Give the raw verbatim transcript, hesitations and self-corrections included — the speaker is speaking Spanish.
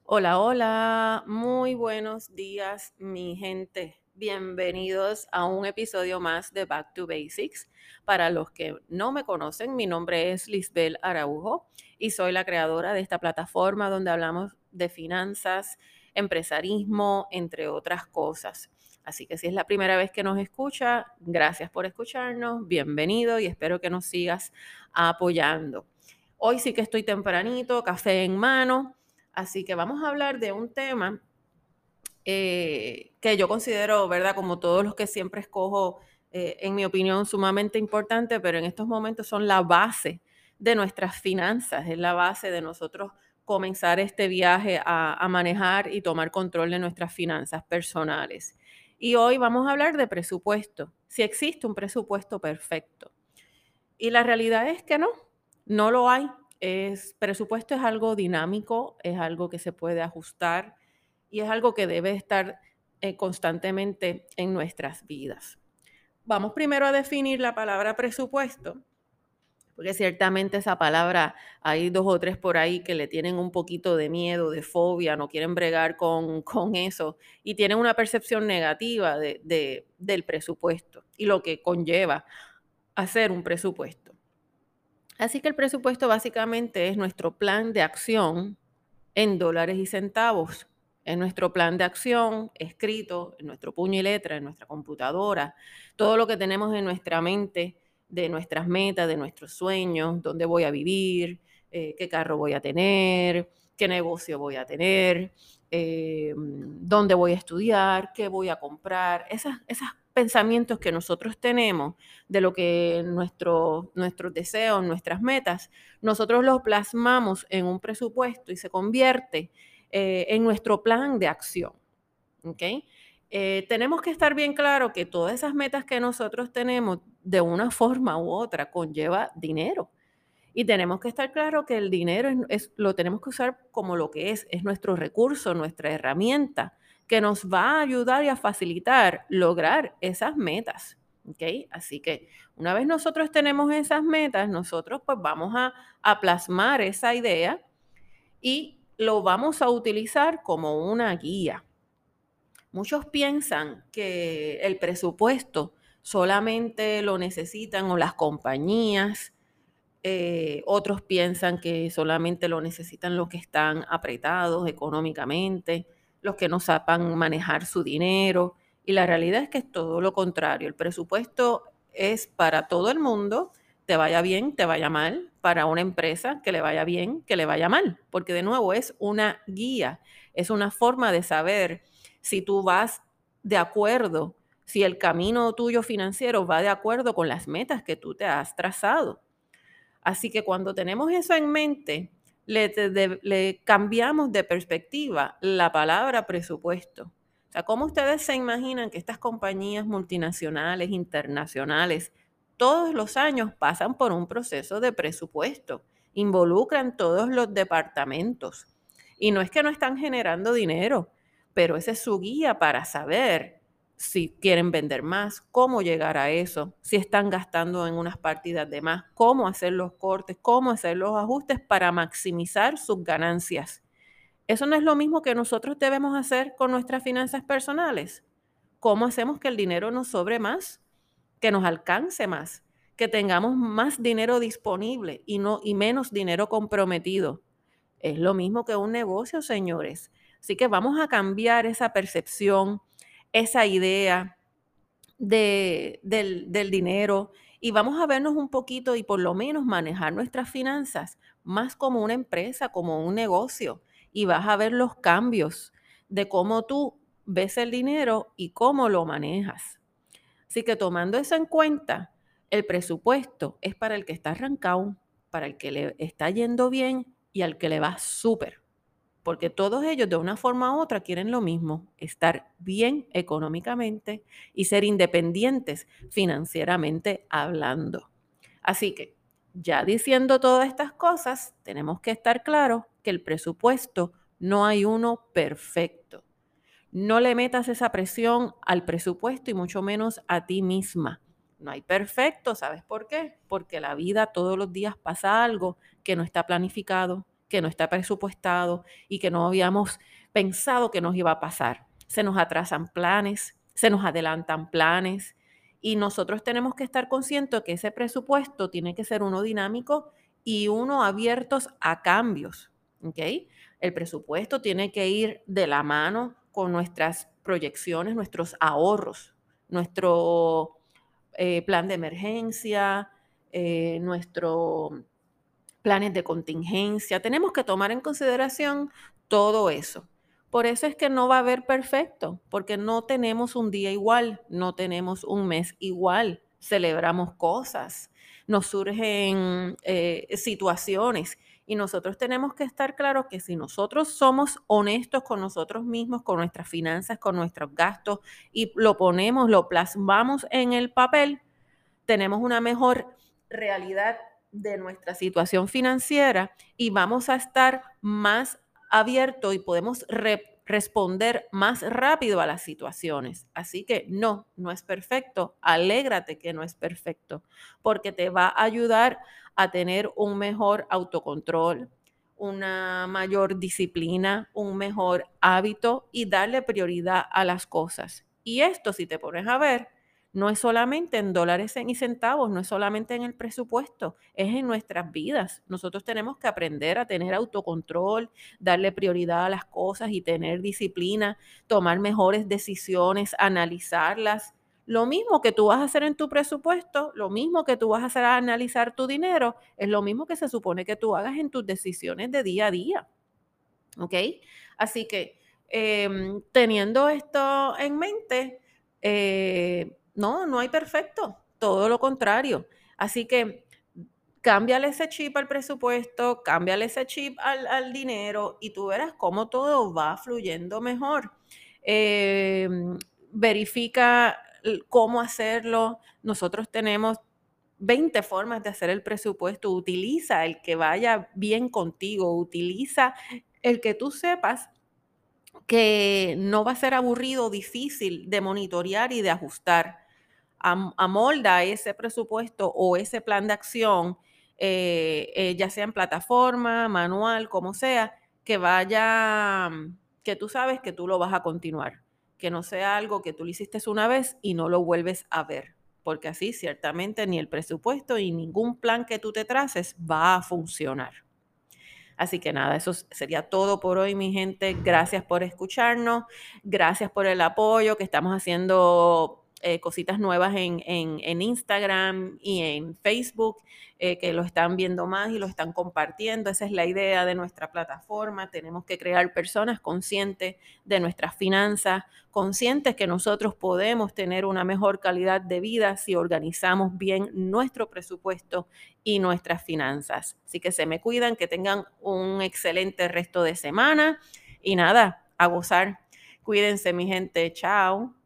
Hola, hola, muy buenos días, mi gente. Bienvenidos a un episodio más de Back to Basics. Para los que no me conocen, mi nombre es Lisbel Araujo y soy la creadora de esta plataforma donde hablamos de finanzas, empresarismo, entre otras cosas. Así que si es la primera vez que nos escucha, gracias por escucharnos, bienvenido y espero que nos sigas apoyando. Hoy sí que estoy tempranito, café en mano. Así que vamos a hablar de un tema eh, que yo considero, ¿verdad? Como todos los que siempre escojo, eh, en mi opinión, sumamente importante, pero en estos momentos son la base de nuestras finanzas, es la base de nosotros comenzar este viaje a, a manejar y tomar control de nuestras finanzas personales. Y hoy vamos a hablar de presupuesto, si existe un presupuesto perfecto. Y la realidad es que no, no lo hay. Es, presupuesto es algo dinámico, es algo que se puede ajustar y es algo que debe estar eh, constantemente en nuestras vidas. Vamos primero a definir la palabra presupuesto, porque ciertamente esa palabra hay dos o tres por ahí que le tienen un poquito de miedo, de fobia, no quieren bregar con, con eso y tienen una percepción negativa de, de- del presupuesto y lo que conlleva hacer un presupuesto. Así que el presupuesto básicamente es nuestro plan de acción en dólares y centavos. Es nuestro plan de acción escrito en nuestro puño y letra, en nuestra computadora, todo lo que tenemos en nuestra mente, de nuestras metas, de nuestros sueños, dónde voy a vivir, eh, qué carro voy a tener, qué negocio voy a tener, eh, dónde voy a estudiar, qué voy a comprar, esas, esos pensamientos que nosotros tenemos de lo que nuestro, nuestros deseos, nuestras metas, nosotros los plasmamos en un presupuesto y se convierte eh, en nuestro plan de acción. ¿Ok? Eh, tenemos que estar bien claro que todas esas metas que nosotros tenemos, de una forma u otra, conlleva dinero. Y tenemos que estar claro que el dinero es, es- lo tenemos que usar como lo que es, es nuestro recurso, nuestra herramienta, que nos va a ayudar y a facilitar lograr esas metas. ¿Ok? Así que una vez nosotros tenemos esas metas, nosotros pues vamos a, a plasmar esa idea y lo vamos a utilizar como una guía. Muchos piensan que el presupuesto solamente lo necesitan o las compañías, eh, otros piensan que solamente lo necesitan los que están apretados económicamente, los que no sepan manejar su dinero. Y la realidad es que es todo lo contrario. El presupuesto es para todo el mundo, te vaya bien, te vaya mal, para una empresa que le vaya bien, que le vaya mal, porque de nuevo es una guía, es una forma de saber si tú vas de acuerdo, si el camino tuyo financiero va de acuerdo con las metas que tú te has trazado. Así que cuando tenemos eso en mente, le, te- de- le cambiamos de perspectiva la palabra presupuesto. O sea, ¿cómo ustedes se imaginan que estas compañías multinacionales, internacionales, todos los años pasan por un proceso de presupuesto? Involucran todos los departamentos. Y no es que no están generando dinero, pero esa es su guía para saber si quieren vender más, cómo llegar a eso, si están gastando en unas partidas de más, cómo hacer los cortes, cómo hacer los ajustes para maximizar sus ganancias. Eso no es lo mismo que nosotros debemos hacer con nuestras finanzas personales. ¿Cómo hacemos que el dinero nos sobre más, que nos alcance más, que tengamos más dinero disponible y no y menos dinero comprometido? Es lo mismo que un negocio, señores. Así que vamos a cambiar esa percepción, esa idea de, del, del dinero y vamos a vernos un poquito y por lo menos manejar nuestras finanzas más como una empresa, como un negocio. Y vas a ver los cambios de cómo tú ves el dinero y cómo lo manejas. Así que tomando eso en cuenta, el presupuesto es para el que está arrancado, para el que le está yendo bien y al que le va súper. Porque todos ellos de una forma u otra quieren lo mismo, estar bien económicamente y ser independientes financieramente hablando. Así que, ya diciendo todas estas cosas, tenemos que estar claros que el presupuesto no hay uno perfecto. No le metas esa presión al presupuesto y mucho menos a ti misma. No hay perfecto, ¿sabes por qué? Porque la vida todos los días pasa algo que no está planificado, que no está presupuestado y que no habíamos pensado que nos iba a pasar. Se nos atrasan planes, se nos adelantan planes y nosotros tenemos que estar conscientes que ese presupuesto tiene que ser uno dinámico y uno abiertos a cambios, ¿ok? El presupuesto tiene que ir de la mano con nuestras proyecciones, nuestros ahorros, nuestro eh, plan de emergencia, eh, nuestro planes de contingencia. Tenemos que tomar en consideración todo eso. Por eso es que no va a haber perfecto, porque no tenemos un día igual, no tenemos un mes igual, celebramos cosas, nos surgen eh, situaciones y nosotros tenemos que estar claros que si nosotros somos honestos con nosotros mismos, con nuestras finanzas, con nuestros gastos y lo ponemos, lo plasmamos en el papel, tenemos una mejor realidad de nuestra situación financiera y vamos a estar más abiertos y podemos re- responder más rápido a las situaciones. Así que no, no es perfecto. Alégrate que no es perfecto, porque te va a ayudar a tener un mejor autocontrol, una mayor disciplina, un mejor hábito y darle prioridad a las cosas. Y esto, si te pones a ver, no es solamente en dólares y centavos, no es solamente en el presupuesto, es en nuestras vidas. Nosotros tenemos que aprender a tener autocontrol, darle prioridad a las cosas y tener disciplina, tomar mejores decisiones, analizarlas. Lo mismo que tú vas a hacer en tu presupuesto, lo mismo que tú vas a hacer a analizar tu dinero, es lo mismo que se supone que tú hagas en tus decisiones de día a día. ¿Ok? Así que em, teniendo esto en mente, eh, no, no hay perfecto, todo lo contrario. Así que cámbiale ese chip al presupuesto, cámbiale ese chip al, al dinero y tú verás cómo todo va fluyendo mejor. Em, verifica l- cómo hacerlo. Nosotros tenemos veinte formas de hacer el presupuesto. Utiliza el que vaya bien contigo, utiliza el que tú sepas que no va a ser aburrido o difícil de monitorear y de ajustar. Am- amolda ese presupuesto o ese plan de acción, eh, eh, ya sea en plataforma, manual, como sea, que vaya, mm, que tú sabes que tú lo vas a continuar, que no sea algo que tú lo hiciste una vez y no lo vuelves a ver, porque así ciertamente ni el presupuesto y ningún plan que tú te traces va a funcionar. Así que nada, eso sería todo por hoy, mi gente. Gracias por escucharnos, gracias por el apoyo que estamos haciendo eh, cositas nuevas en, en- en Instagram y en Facebook, eh, que lo están viendo más y lo están compartiendo. Esa es la idea de nuestra plataforma. Tenemos que crear personas conscientes de nuestras finanzas, conscientes que nosotros podemos tener una mejor calidad de vida si organizamos bien nuestro presupuesto y nuestras finanzas. Así que se me cuidan, que tengan un excelente resto de semana y nada, a gozar. Cuídense, mi gente. Chao.